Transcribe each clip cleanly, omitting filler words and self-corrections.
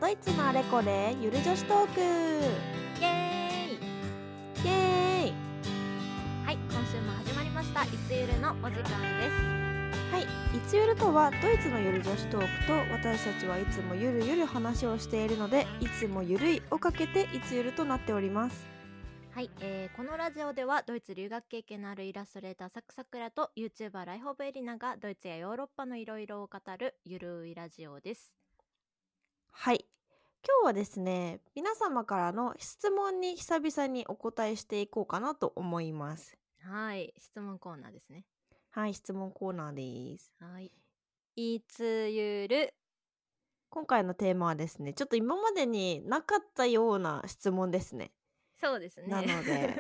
ドイツのあれこれゆる女子トーク。 イエーイ。 イエーイ。 はい、今週も始まりましたいつゆるのお時間です。 はい、いつゆるとはドイツのゆる女子トークと、私たちはいつもゆるゆる話をしているので、いつもゆるいをかけていつゆるとなっております。 はい、このラジオではドイツ留学経験のあるイラストレーターサクサクラと YouTuber ライフオブエリナがドイツやヨーロッパのいろいろを語るゆるいラジオです。 はい、今日はですね、皆様からの質問に久々にお答えしていこうかなと思います。 はい、質問コーナーですね。 はい、質問コーナーです。 はい、いつゆる。 今回のテーマはですね、ちょっと今までになかったような質問ですね。 そうですね。 なので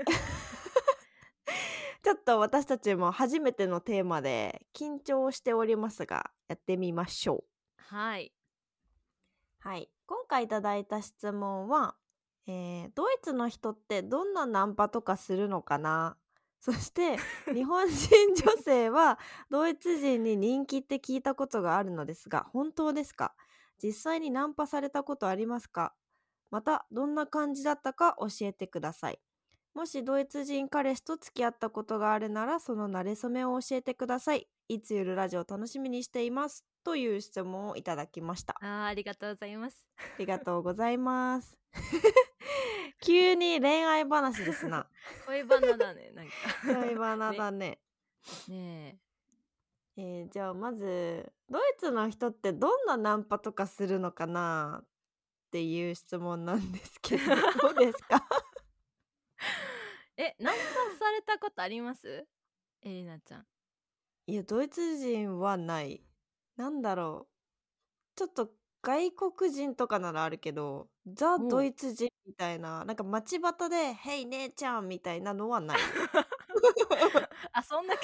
ちょっと私たちも初めてのテーマで緊張しておりますが、やってみましょう。 はい。 はい、今回いただいた質問は、ドイツの人ってどんなナンパとかするのかな、そして日本人女性はドイツ人に人気って聞いたことがあるのですが、本当ですか？実際にナンパされたことありますか？またどんな感じだったか教えてください。もしドイツ人彼氏と付き合ったことがあるなら、その馴れ初めを教えてください。いつゆるラジオ楽しみにしています。という質問をいただきました。 ありがとうございます。 ありがとうございます。急に恋愛話ですな。 恋バナだね、なんか恋バナだね。 ねじゃあまずドイツの人ってどんなナンパとかするのかなっていう質問なんですけど、どうですか？ ナンパされたことあります？エリナちゃん。 いや、ドイツ人はない。なんだろう。ちょっと外国人とかならあるけど、ザ・ドイツ人みたいな、なんか街端で、ヘイ姉ちゃんみたいなのはない。 あ、そんな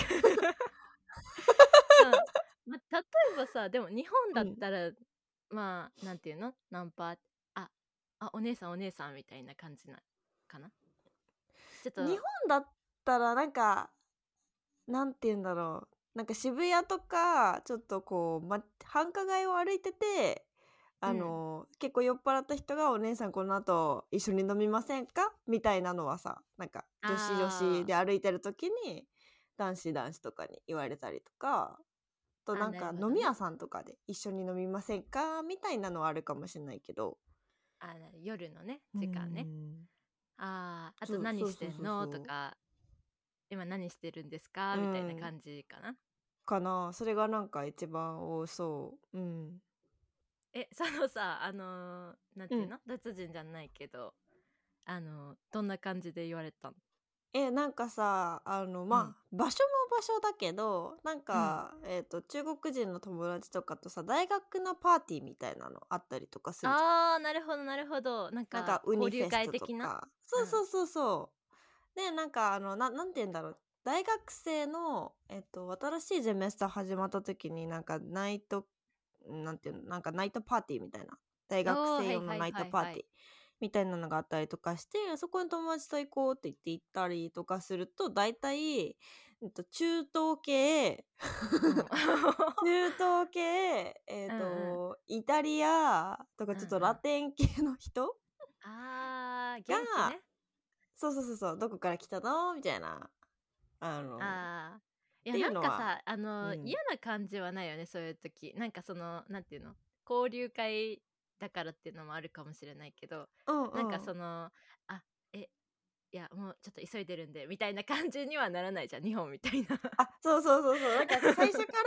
そう、例えばさ、でも日本だったら、まあ、なんていうの？ナンパ、お姉さんお姉さんみたいな感じなかな？ちょっと日本だったらなんか、なんて言うんだろう。なんか渋谷とか、ちょっとこう、繁華街を歩いてて、結構酔っ払った人がお姉さんこの後一緒に飲みませんかみたいなのはさ、なんか女子女子で歩いてる時に男子男子とかに言われたりとか、となんか飲み屋さんとかで一緒に飲みませんかみたいなのはあるかもしれないけど、 夜のね時間ね。あと何してんのとか、今何してるんですかみたいな感じかな。 かな。それがなんか一番多そう。 そのさ、なんていうの、ドイツ人じゃないけど、どんな感じで言われたの？ なんかさ、場所も場所だけど、なんか、中国人の友達とかとさ、大学のパーティーみたいなのあったりとかするじゃん。 なるほどなるほど。なんなんかか交流ウニフェス会的な。 トとか。そうそうそうそう。で、なんかなんて言うんだろう。大学生の、新しいゼメスター始まった時になんかなんていうの、なんかナイトパーティーみたいな。大学生用のナイトパーティーみたいなのがあったりとかして、そこに友達と行こうって言って行ったりとかすると、大体、中東系、中東系、イタリアとかちょっとラテン系の人現地が、 ね。 そうそうそうそう、どこから来たのみたいな。 いや、 っていうなんのは、 かさ、嫌な感じはないよね、そういう時。なんかその、なんていうの、交流会だからっていうのもあるかもしれないけど、なんかその、いや、もうちょっと急いでるんで、みたいな感じにはならないじゃん、日本みたいな。 そうそうそうそう。なんか最初から、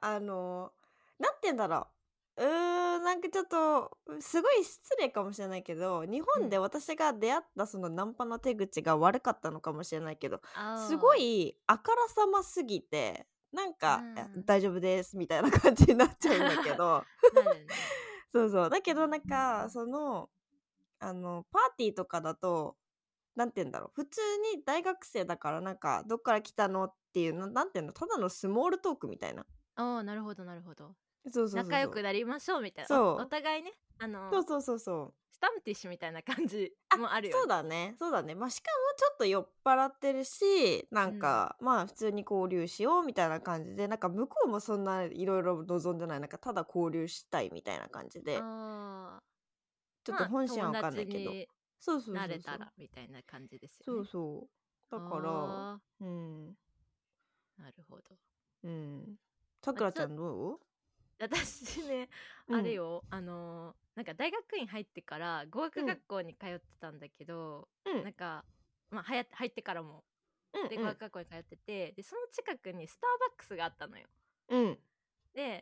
なんて言うんだろう。なんかちょっと、すごい失礼かもしれないけど、日本で私が出会ったそのナンパの手口が悪かったのかもしれないけど、すごいあからさますぎて、なんか、大丈夫ですみたいな感じになっちゃうんだけど。 なるね。 そうそう。だけどなんか、パーティーとかだと、なんて言うんだろう。普通に大学生だからなんか、どっから来たのっていうの、なんて言うの、ただのスモールトークみたいな。 なるほどなるほど。 そうそうそう仲良そう。 くなりましょうみたいな。おそう互いね、 そうそうそうそう。 スタムティッシュみたいな感じもあるよね。 そうだね。そうだね。まあ、しかもちょっと酔っ払ってるし、なんか、まあ、普通に交流しようみたいな感じで、なんか向こうもそんないろいろ望んでない、なんかただ交流したいみたいな感じで。 ちょっと本心は分かんないけど、そうそうなそうそうれたらみたいな感じですそよね。 うそうだからあうんーなるほど。 さくらちゃんどう？ 私ね、 うんあれよ、なんか大学院入ってから語学学校に通ってたんだけど、 うんなんか、まあ、入ってからもで語うん学学校に通ってて、でその近くにスターバックスがあったのよ。 うんで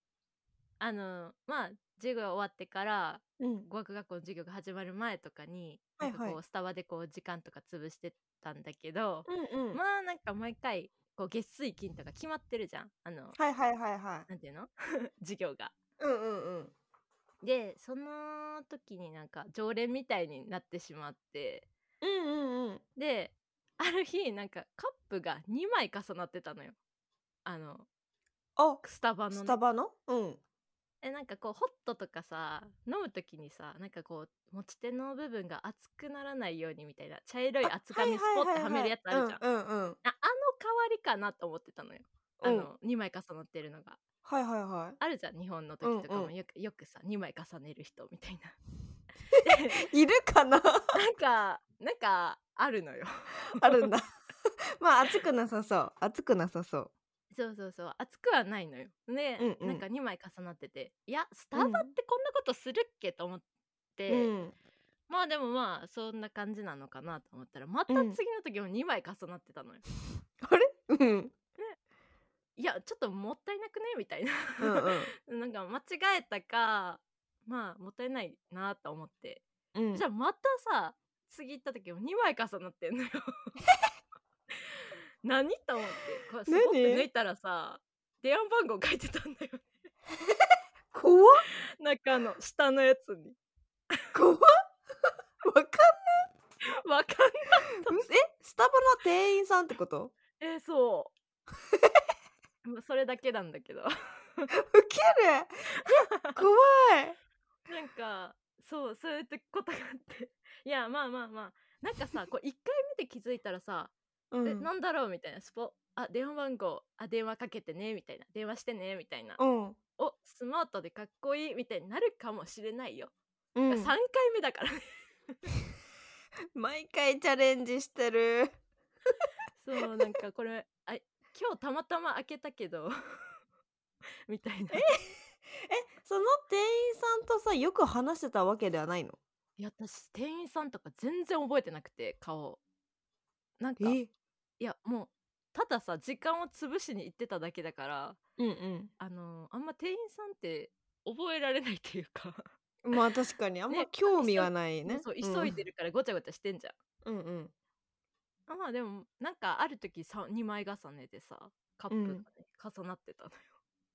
まあ授業終わってからうん語学学校の授業が始まる前とかになんかはいはいこうスタバでこう時間とか潰してたんだけど、 うんまあなんか毎回こう月水金とか決まってるじゃん、 はいはいはいはいなんていうの授業が。 うんでその時になんか常連みたいになってしまって、 うんである日なんかカップが2枚重なってたのよ、あのあスタバのね。 スタバのなんかこうホットとかさ飲む時にさなんかこう持ち手の部分が熱くならないようにみたいな茶色い厚紙スポッてはめるやつあるじゃん。 うん代わりかなと思ってたのよ。2枚重なってるのがはいはいはいあるじゃん、日本の時とかもうんよくさ2枚重ねる人みたいないるかななんかあるのよあるんだまあ熱くなさそう熱くなさそうそうそうそう、熱くはないのよ。で、なんか2枚重なってて、いやスタバってこんなことするっけと思って、まあでもまあそんな感じなのかなと思ったらまた次の時も2枚重なってたのよ。 あれいやちょっともったいなくねみたいななんか間違えたか、まあもったいないなと思って、じゃあまたさ次行った時も2枚重なってんのよ何と思ってこうスポッて抜いたらさ電話番号書いてたんだよね怖っ中の下のやつに怖っわかんわかんないスタバの店員さんってこと？ そうそれだけなんだけどウケる怖いなんかそういうことがあっていやまあなんかさこう1回目で気づいたらさ、なんだろうみたいな電話番号電話かけてねみたいな電話してねみたいな、おスマートでかっこいいみたいになるかもしれないよ、3回目だからね毎回チャレンジしてるそうなんかこれ今日たまたま開けたけどみたいなその店員さんとさよく話してたわけではないの？ いや私店員さんとか全然覚えてなくて顔なんかいやもうたださ時間を潰しに行ってただけだから、あんま店員さんって覚えられないっていうかまあ確かにあんま興味はないね。 そう急いでるからごちゃごちゃしてんじゃん。まあでもなんかある時2枚重ねでさカップがね、重なってたのよ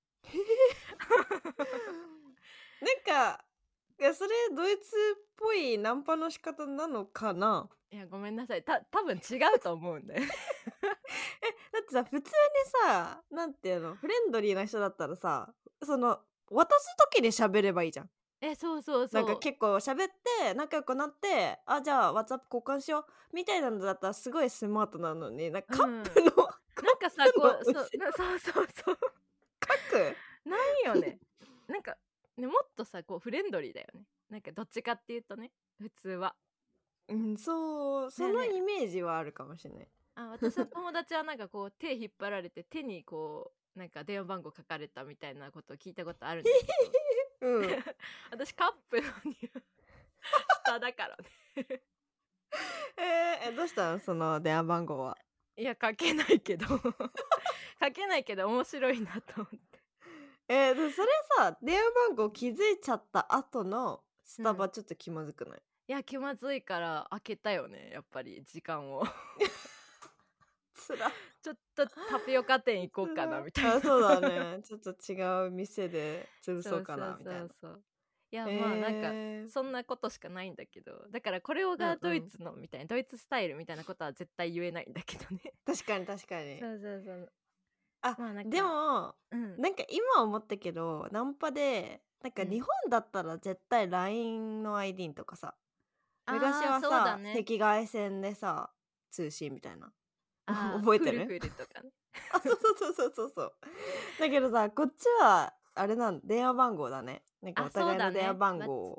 なんかそれドイツっぽいナンパの仕方なのかな？ いやごめんなさい多分違うと思うんだよだってさ普通にさなんていうのフレンドリーな人だったらさその渡す時に喋ればいいじゃん。 そうなんか結構喋って仲良くなってじゃあ WhatsApp 交換しようみたいなのだったらすごいスマートなのになんかカップの、 なんかさこうそう書くないよねなんかねもっとさこうフレンドリーだよねなんかどっちかっていうとね普通はそうそのイメージはあるかもしれない。 私の友達はなんかこう手引っ張られて手にこうなんか電話番号書かれたみたいなことを聞いたことあるんだけど私カップの下だからねどうしたのその電話番号は？ いや書けないけど面白いなと思ってでそれさ電話番号気づいちゃった後のスタバちょっと気まずくない？ いや気まずいから開けたよねやっぱり時間をつらちょっとタピオカ店行こうかなみたいなそうだねちょっと違う店で潰そうかなみたいな。 いやまあなんかそんなことしかないんだけどだからこれがドイツのみたいな、ドイツスタイルみたいなことは絶対言えないんだけどね確かにそうまあなんかでも、なんか今思ったけどナンパでなんか日本だったら絶対 LINE の ID とかさ、昔はさ、赤外線でさ通信みたいな覚えてる？ フルとかねそうだけどさこっちはあれなん電話番号だね。なんかお互いの電話番号を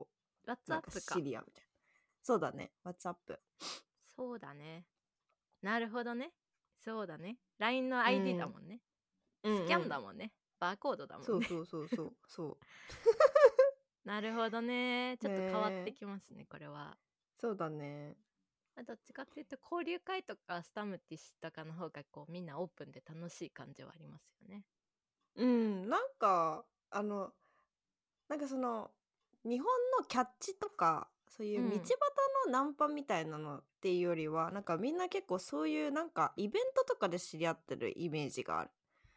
WhatsApp か。 シリアみたいな。そうだね、WhatsApp。 そうだね。なるほどね。そうだね。LINE の ID だもんね。スキャンだもんね。バーコードだもんね。 そうなるほどね。ちょっと変わってね。 きますね、これは。 そうだね。 どっちかっていうと交流会とかスタムティッシュとかの方がこうみんなオープンで楽しい感じはありますよね。 なんかその日本のキャッチとかそういう道端のナンパみたいなのっていうよりは、なんかみんな結構そういうなんかイベントとかで知り合ってるイメージがある。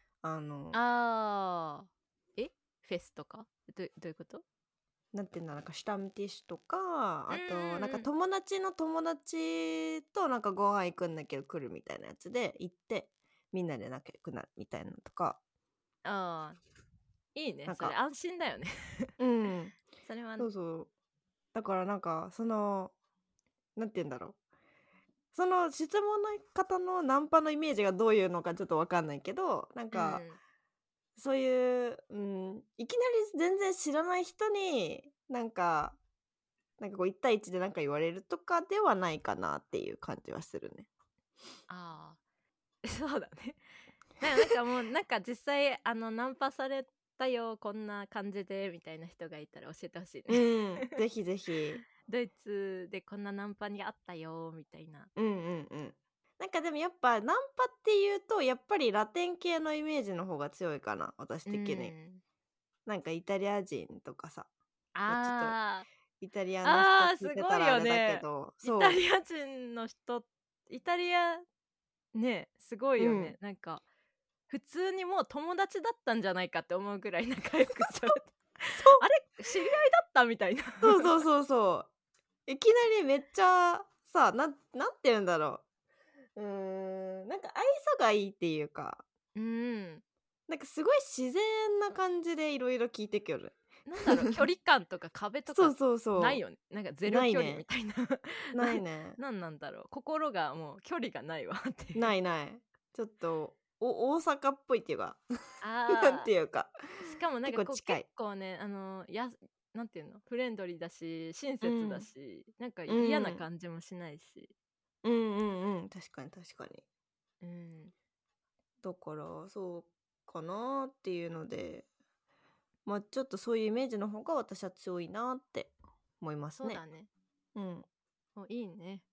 あー、フェスとかどういうこと？ なんていうんだ、なんかシュタムティッシュとか、あとなんか友達の友達となんかご飯行くんだけど来るみたいなやつで行ってみんなで仲良くなるみたいなのとか。 あー、いいね。 なんかそれ安心だよね。それはね。 そうそう。だからなんかなんて言うんだろう。その質問の方のナンパのイメージがどういうのかちょっと分かんないけど、なんか、そういう、いきなり全然知らない人になんかこう1対1でなんか言われるとかではないかなっていう感じはするね。 ああ、そうだね。なんかもうなんか実際ナンパされたよこんな感じでみたいな人がいたら教えてほしいね。 ぜひぜひ。 ドイツでこんなナンパにあったよみたいな。 なんかでもやっぱナンパっていうとやっぱりラテン系のイメージの方が強いかな、私的に。なんかイタリア人とかさ、ちょっとイタリアの人聞いてたらあれだけど、 イタリア人の人、イタリアね、すごいよね。なんか普通にもう友達だったんじゃないかって思うぐらい仲良くされてあれ知り合いだったみたいな。 そういきなりめっちゃさ、なんて言うんだろう、なんか愛想がいいっていうか、なんかすごい自然な感じでいろいろ聞いてくる。 なんだろう、距離感とか壁とかないよね。なんかゼロ距離みたいな。 ないね。 なんなんだろう、心がもう距離がないわってない。ちょっと大阪っぽいっていうかなんていうか、 しかもなんかこう結構近い。 結構ね、なんていうの、フレンドリーだし親切だし、なんか嫌な感じもしないし。 確かに。だからそうかなっていうので、まあちょっとそういうイメージの方が私は強いなって思いますね。 そうだね。いいね。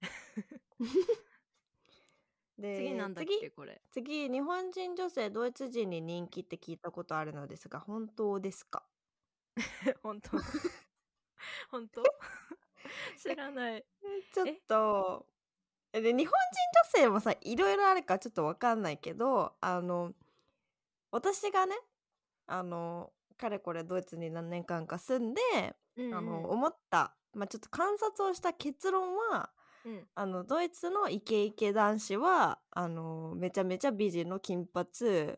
で次なんだっけこれ。 次、日本人女性ドイツ人に人気って聞いたことあるのですが本当ですか？ 本当知らない。 ちょっとで日本人女性もさいろいろあるからちょっと分かんないけど、私がねかれこれドイツに何年間か住んで、思った、ちょっと観察をした結論は、ドイツのイケイケ男子はめちゃめちゃ美人の金髪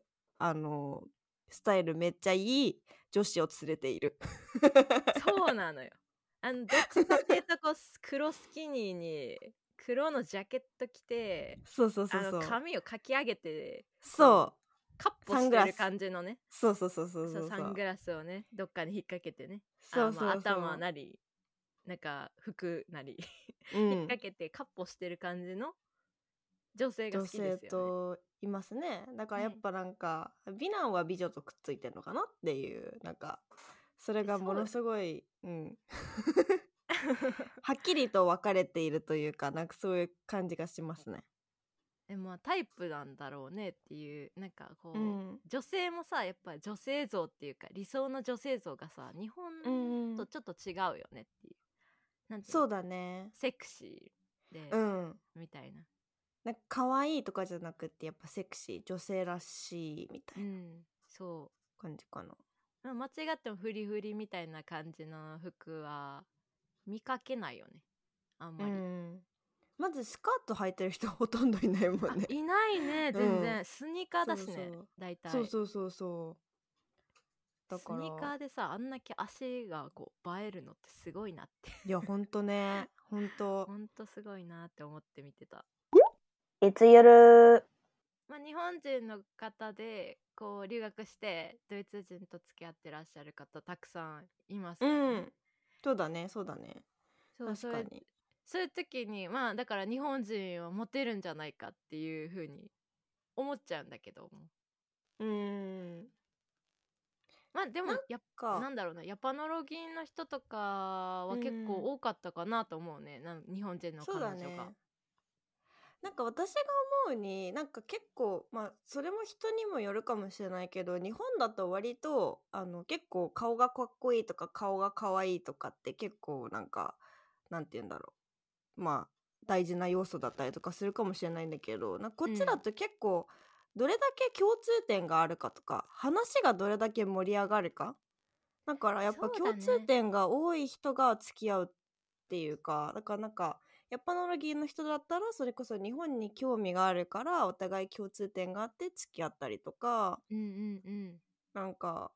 スタイルめっちゃいい女子を連れている。 そうなのよ。どっちかっていうとこう黒スキニーに黒のジャケット着て、髪をかき上げて、カッポしてる感じのね。 サングラスをねどっかに引っ掛けてね、頭なりなんか服なり引っ掛けてカッポしてる感じの女性が好きですよね。 といますね。だからやっぱなんか、美男は美女とくっついてるのかなっていう、なんかそれがものすごいはっきりと分かれているというか、なんかそういう感じがしますね。 タイプなんだろうねっていう、なんかこう、女性もさやっぱり女性像っていうか理想の女性像がさ日本とちょっと違うよねっていう、なんていうの、 そうだね、 セクシーで、みたいな、 なんか可愛いとかじゃなくてやっぱセクシー、女性らしいみたいな、そう感じかな。 間違ってもフリフリみたいな感じの服は見かけないよね、あんまり。 まずスカート履いてる人ほとんどいないもんね。 いないね全然、スニーカーだしね大体。 そうだからスニーカーでさあんだけ足がこう映えるのってすごいなって。 いやほんとね、ほんとすごいなって思って見てた。 いつゆる。 日本人の方でこう留学してドイツ人と付き合ってらっしゃる方たくさんいますからね。 そうだねそうだね。 そう確かに。 そういう時にまあだから日本人はモテるんじゃないかっていう風に思っちゃうんだけども、まあでもなんかなんだろうな、ヤパノロギンの人とかは結構多かったかなと思うね、日本人のそう彼女が。 だね。なんか私が思うになんか結構まあそれも人にもよるかもしれないけど、日本だと割と結構顔がかっこいいとか顔が可愛いとかって結構なんかなんて言うんだろう、まあ大事な要素だったりとかするかもしれないんだけど、なんかこっちだと結構どれだけ共通点があるかとか話がどれだけ盛り上がるか、だからやっぱそう共通だね。 点が多い人が付き合うっていうか、だからなんかヤパノロギーの人だったらそれこそ日本に興味があるからお互い共通点があって付き合ったりとか、 うんうんうん。 なんか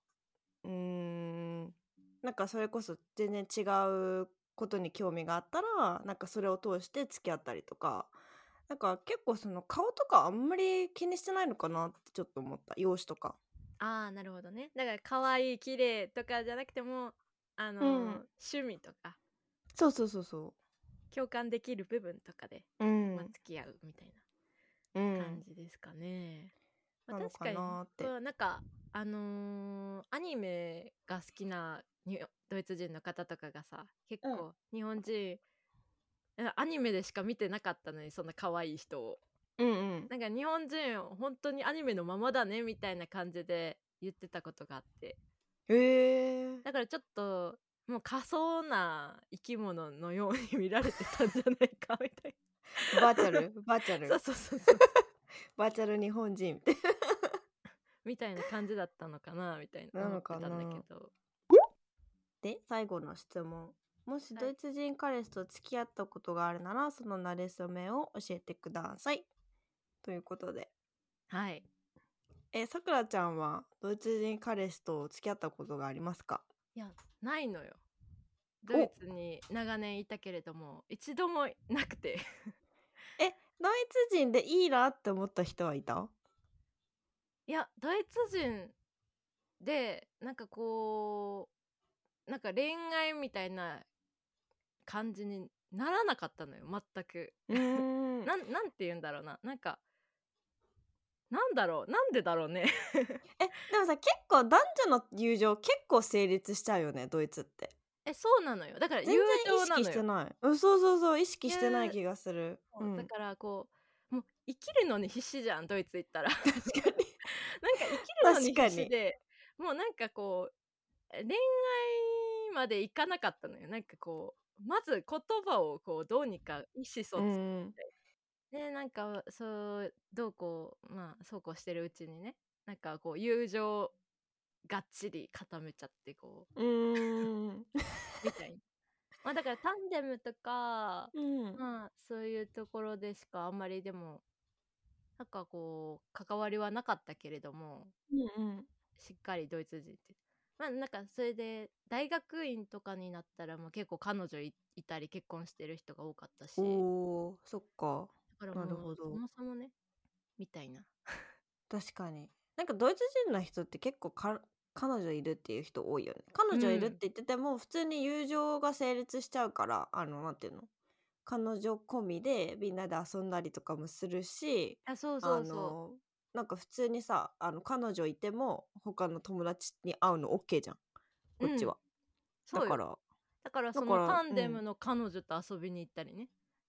なんかそれこそ全然違うことに興味があったらなんかそれを通して付き合ったりとか、なんか結構その顔とかあんまり気にしてないのかなってちょっと思った。容姿とか。 ああ、なるほどね。だから可愛い綺麗とかじゃなくても趣味とかそうそうそうそ共感できる部分とかで、 う。 まあ、付き合うみたいな感じですかね。まあ、 なのか確かになって。 こうなんかアニメが好きなドイツ人の方とかがさ、結構日本人アニメでしか見てなかったのに、そんな可愛い人をなんか日本人本当にアニメのままだねみたいな感じで言ってたことがあって、だからちょっともう仮想な生き物のように見られてたんじゃないかみたいな。 バーチャルバーチャルそうバーチャル日本人みたいな感じだったのかなみたいな思ってたんだけど。 で最後の質問。もしはいドイツ人彼氏と付き合ったことがあるならその馴れ初めを教えてくださいということで、 はい。 さくらちゃんはドイツ人彼氏と付き合ったことがありますか？ いやないのよ。ドイツに長年いたけれども一度もなくてドイツ人でいいなって思った人はいた？ いやドイツ人でなんかこうなんか恋愛みたいな感じにならなかったのよ全く。なんて言うんだろうな、なんかなんだろう、なんでだろうねでもさ結構男女の友情結構成立しちゃうよねドイツって。 そうなのよ。だから友全然意情なのよ。 識してない。そうそうそう意識してない気がする。 だからこうもう生きるのに必死じゃんドイツ行ったら確かになんか生きるのに必死で、もうなんかこう恋愛までいかなかったのよ。なんかこうまず言葉をこうどうにか意思疎通で、なんかそうどうこうまあそうこうしてるうちにね、なんかこう友情がっちり固めちゃってこうみたいな。まあだからタンデムとか、まあそういうところでしかあんまりでもなんかこう関わりはなかったけれども、しっかりドイツ人ってまあなんかそれで大学院とかになったらもう結構彼女いたり結婚してる人が多かったし、 そっか。 だからなるもうそほど。 もそもねみたいな。 確かに。なんかドイツ人の人って結構彼女いるっていう人多いよね。彼女いるって言ってても、普通に友情が成立しちゃうからなんていうの、彼女込みでみんなで遊んだりとかもするし、 そうそうそなんか普通にさ彼女いても他の友達に会うの OK じゃんこっちは。 そうよ。だからそのタンデムの彼女と遊びに行ったりね。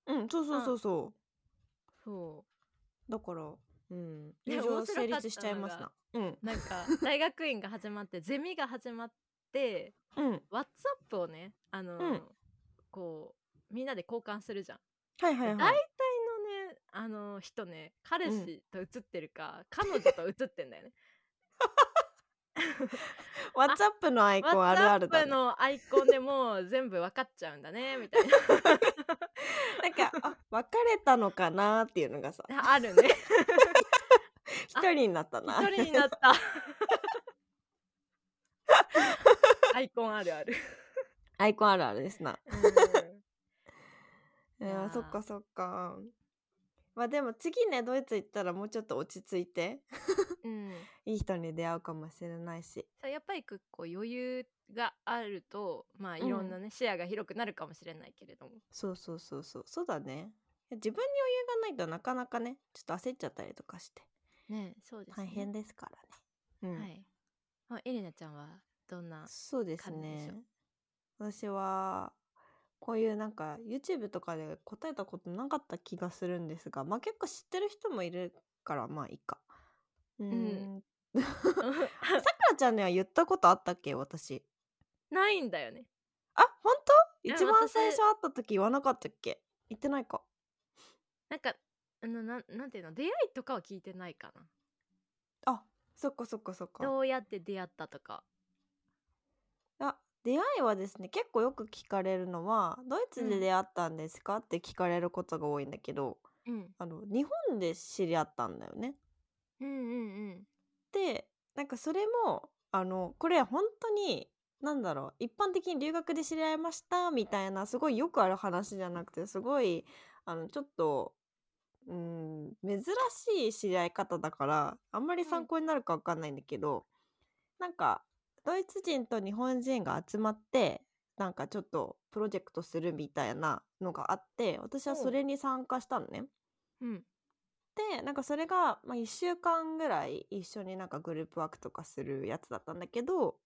そうだから友情成立しちゃいますな。 なんか大学院が始まってゼミが始まってWhatsApp をねこうみんなで交換するじゃん。大体のね人ね彼氏と写ってるか、彼女と写ってんだよね。 WhatsApp のアイコンあるあるだね。 WhatsApp のアイコンでもう全部分かっちゃうんだねみたいな。 なんか別れたのかなっていうのがさあるね。 一人になったな。 一人になった。アイコンあるある。 アイコンあるあるですな。そっかそっか。 まあでも次ねドイツ行ったらもうちょっと落ち着いていい人に出会うかもしれないし。 やっぱりこう余裕があるとまあいろんなね、視野が広くなるかもしれないけれども。 そうだね。自分に余裕がないとなかなかねちょっと焦っちゃったりとかしてね、そうですね。 大変ですからね。 はい。エレナちゃんはどんなそうです感じでしょう？ ね。私はこういうなんか YouTube とかで答えたことなかった気がするんですが、まあ結構知ってる人もいるからまあいいか。さくらちゃんには言ったことあったっけ私。 ないんだよね。 あ、本当？ いや一番最私初会った時言わなかったっけ？言ってないか。 なんかなんていうの、出会いとかは聞いてないかな。 あ、そっか。 どうやって出会ったとか。 出会いはですね結構よく聞かれるのはドイツで出会ったんですかって聞かれることが多いんだけど、日本で知り合ったんだよね。でなんかそれもこれは本当になんだろう一般的に留学で知り合いましたみたいなすごいよくある話じゃなくてすごいちょっと珍しい知り合い方だからあんまり参考になるか分かんないんだけど、なんかドイツ人と日本人が集まってなんかちょっとプロジェクトするみたいなのがあって私はそれに参加したのね。でなんかそれが、1週間ぐらい一緒になんかグループワークとかするやつだったんだけど、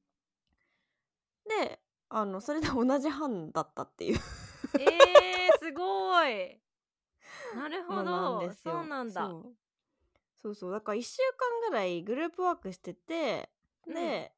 でそれで同じ班だったっていうすごい。なるほのなんでど、 すよ。 そうなんだ。 そうだから1週間ぐらいグループワークしてて、で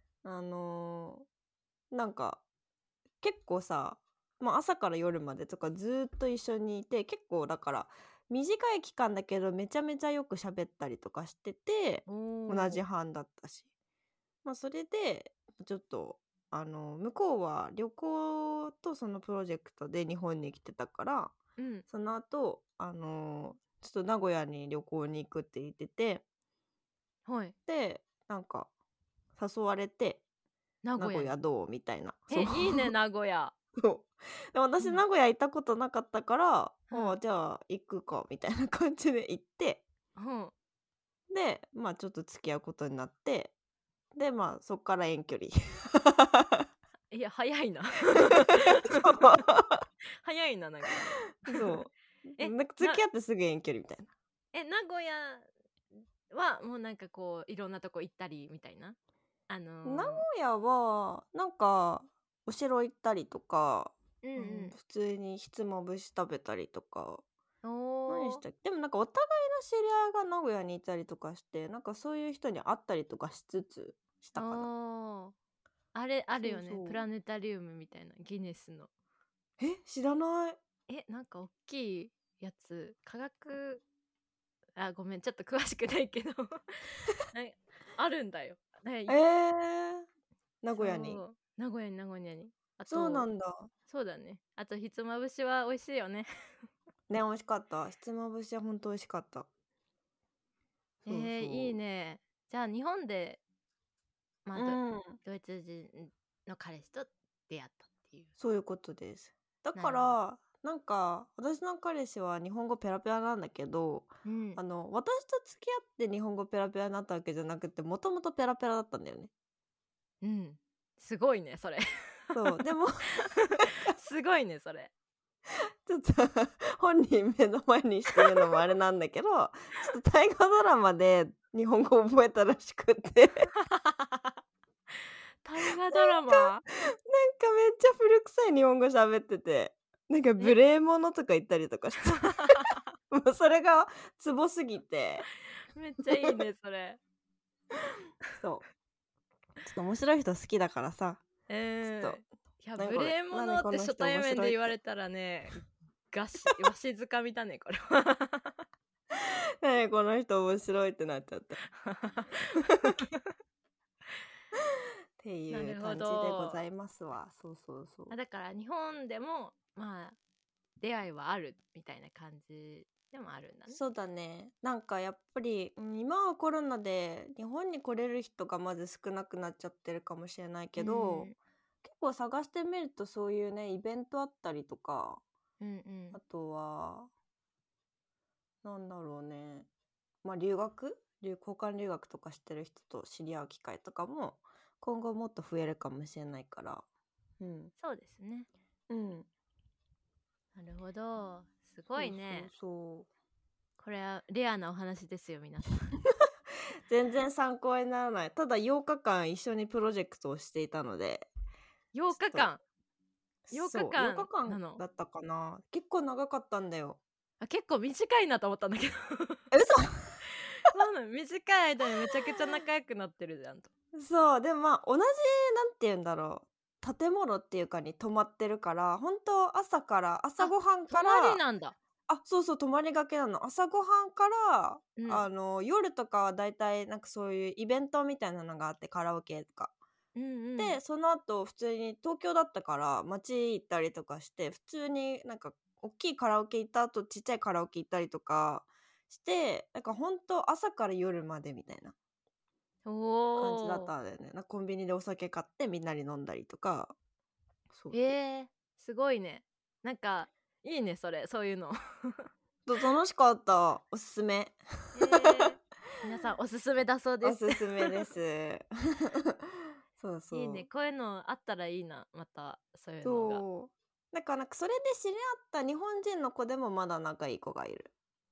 なんか結構さ、朝から夜までとかずっと一緒にいて結構だから短い期間だけどめちゃめちゃよく喋ったりとかしてて同じ班だったし、それでちょっと向こうは旅行とそのプロジェクトで日本に来てたから、その後ちょっと名古屋に旅行に行くって言ってて、でなんか誘われて名古屋どうみたいな。 いいね名古屋。 で私、名古屋行ったことなかったから、じゃあ行くかみたいな感じで行って、でちょっと付き合うことになって、でそっから遠距離いや早いな早いななんかなんか付き合ってすぐ遠距離みたいな。 名古屋はもうなんかこういろんなとこ行ったりみたいな。 名古屋はなんかお城行ったりとか、普通にひつまぶし食べたりとか。何したっけ？でもなんかお互いの知り合いが名古屋にいたりとかしてなんかそういう人に会ったりとかしつつしたかな。 あれあるよね、プラネタリウムみたいな、ギネスの。 知らない。 なんか大きいやつ、科学ごめんちょっと詳しくないけどあるんだよ。 名古屋に。 名古屋に。あとそうなんだ。 そうだね。あとひつまぶしは美味しいよねね、美味しかった。ひつまぶしは本当美味しかった。 いいね。じゃあ日本でドイツ人の彼氏と出会ったっていう。 そういうことです。だからなんか私の彼氏は日本語ペラペラなんだけど、私と付き合って日本語ペラペラになったわけじゃなくてもともとペラペラだったんだよね。 すごいねそれでもすごいねそれ。 ちょっと本人目の前にして言うのもあれなんだけどちょっと大河ドラマで日本語覚えたらしくって大河ドラマなんかめっちゃ古臭い日本語喋っててなんか無礼者とか言ったりとかしてもうそれがツボすぎてめっちゃいいねそれそうちょっと面白い人好きだからさ、ちょっといや無礼者って初対面で言われたらねわしづかみだねこれは何この人面白いってなっちゃったっていう感じでございますわ。そうだから日本でも出会いはあるみたいな感じでもあるんだね。 そうだね。なんかやっぱり今はコロナで日本に来れる人がまず少なくなっちゃってるかもしれないけど、結構探してみるとそういうねイベントあったりとか、あとはなんだろうね。まあ交換留学とかしてる人と知り合う機会とかも今後もっと増えるかもしれないから。 そうですね。なるほど。すごいね。 そうこれはレアなお話ですよ、皆さん。 全然参考にならない。ただ8日間一緒にプロジェクトをしていたので。 8日間 8 8日間なのだったかな。結構長かったんだよ。 結構短いなと思ったんだけど嘘そうなの、短い間にめちゃくちゃ仲良くなってるじゃんと。 そうでもまあ同じなんて言うんだろう、建物っていうかに泊まってるから、本当朝ごはんから泊まりなんだ。 そう泊まりがけなの。朝ごはんから、夜とかはだいたいなんかそういうイベントみたいなのがあって、カラオケとか、でその後普通に東京だったから街行ったりとかして、普通になんか大きいカラオケ行った後ちっちゃいカラオケ行ったりとかして、なんかほんと朝から夜までみたいな感じだったんだよね。なんかコンビニでお酒買ってみんなに飲んだりとか。そうすごいね。なんかいいね、そういうの楽しかった。おすすめ。 皆さんおすすめだそうです。 おすすめです。そういいね、こういうのあったらいいな、またそういうのが。 なんかそれで知り合った日本人の子でもまだ仲いい子がいる。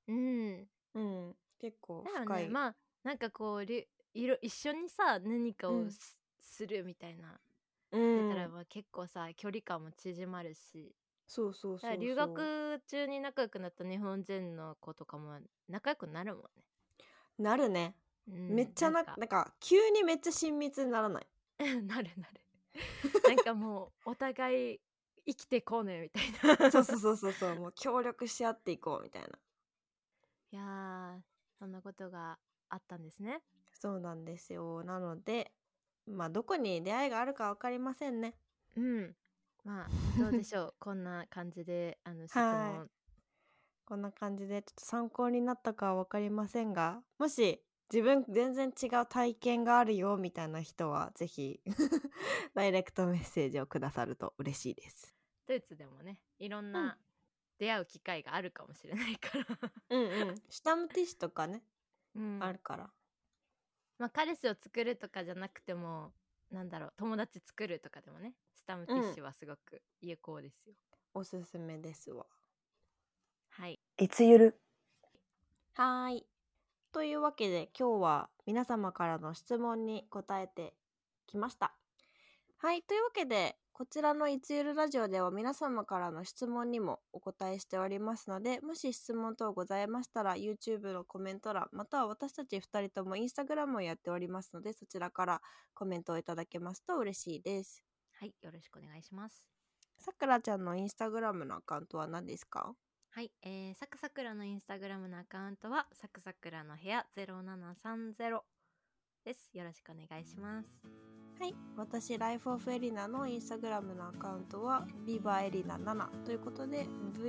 結構深い。 まあなんかこう一緒にさ何かをするみたいな出たら結構さ距離感も縮まるし。そう留学中に仲良くなった日本人の子とかも仲良くなるもんね。 なるね。めっちゃなんか急にめっちゃ親密にならないなるなんかもうお互い生きてこうねみたいなそうもう協力し合っていこうみたいな。 いやー、そんなことがあったんですね。 そうなんですよ。なのでまあどこに出会いがあるか分かりませんね。 まあどうでしょうこんな感じで質問こんな感じでちょっと参考になったかは分かりませんが、もし自分全然違う体験があるよみたいな人はぜひダイレクトメッセージをくださると嬉しいです。 ドイツでもねいろんな出会う機会があるかもしれないからシュタムティッシュとかね、あるから。 まあ彼氏を作るとかじゃなくてもなんだろう友達作るとかでもねスタムティッシュはすごく有効ですよ。 おすすめですわ。 はい。 いつゆる。はい。というわけで今日は皆様からの質問に答えてきました。はい。というわけでこちらのいつゆるラジオでは皆様からの質問にもお答えしておりますので、もし質問等ございましたら YouTube のコメント欄または私たち2人とも Instagram をやっておりますので、そちらからコメントをいただけますと嬉しいです。 はい、よろしくお願いします。 さくらちゃんの Instagram のアカウントは何ですか？ はい、さくらのインスタグラムのアカウントはさくらの部屋0730です。よろしくお願いします。 はい、私ライフオフエリナのインスタグラムのアカウントはビバエリナ7ということで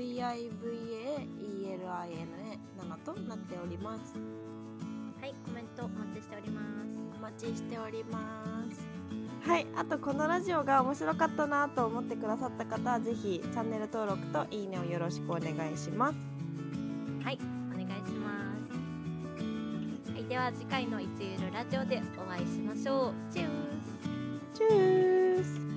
VIVAELINA7 となっております。 はい、コメントお待ちしております。 お待ちしております。はい、あとこのラジオが面白かったなと思ってくださった方はぜひチャンネル登録といいねをよろしくお願いします。 はい、お願いします。はい、では次回のいつゆるラジオでお会いしましょう。チュース。 チュース。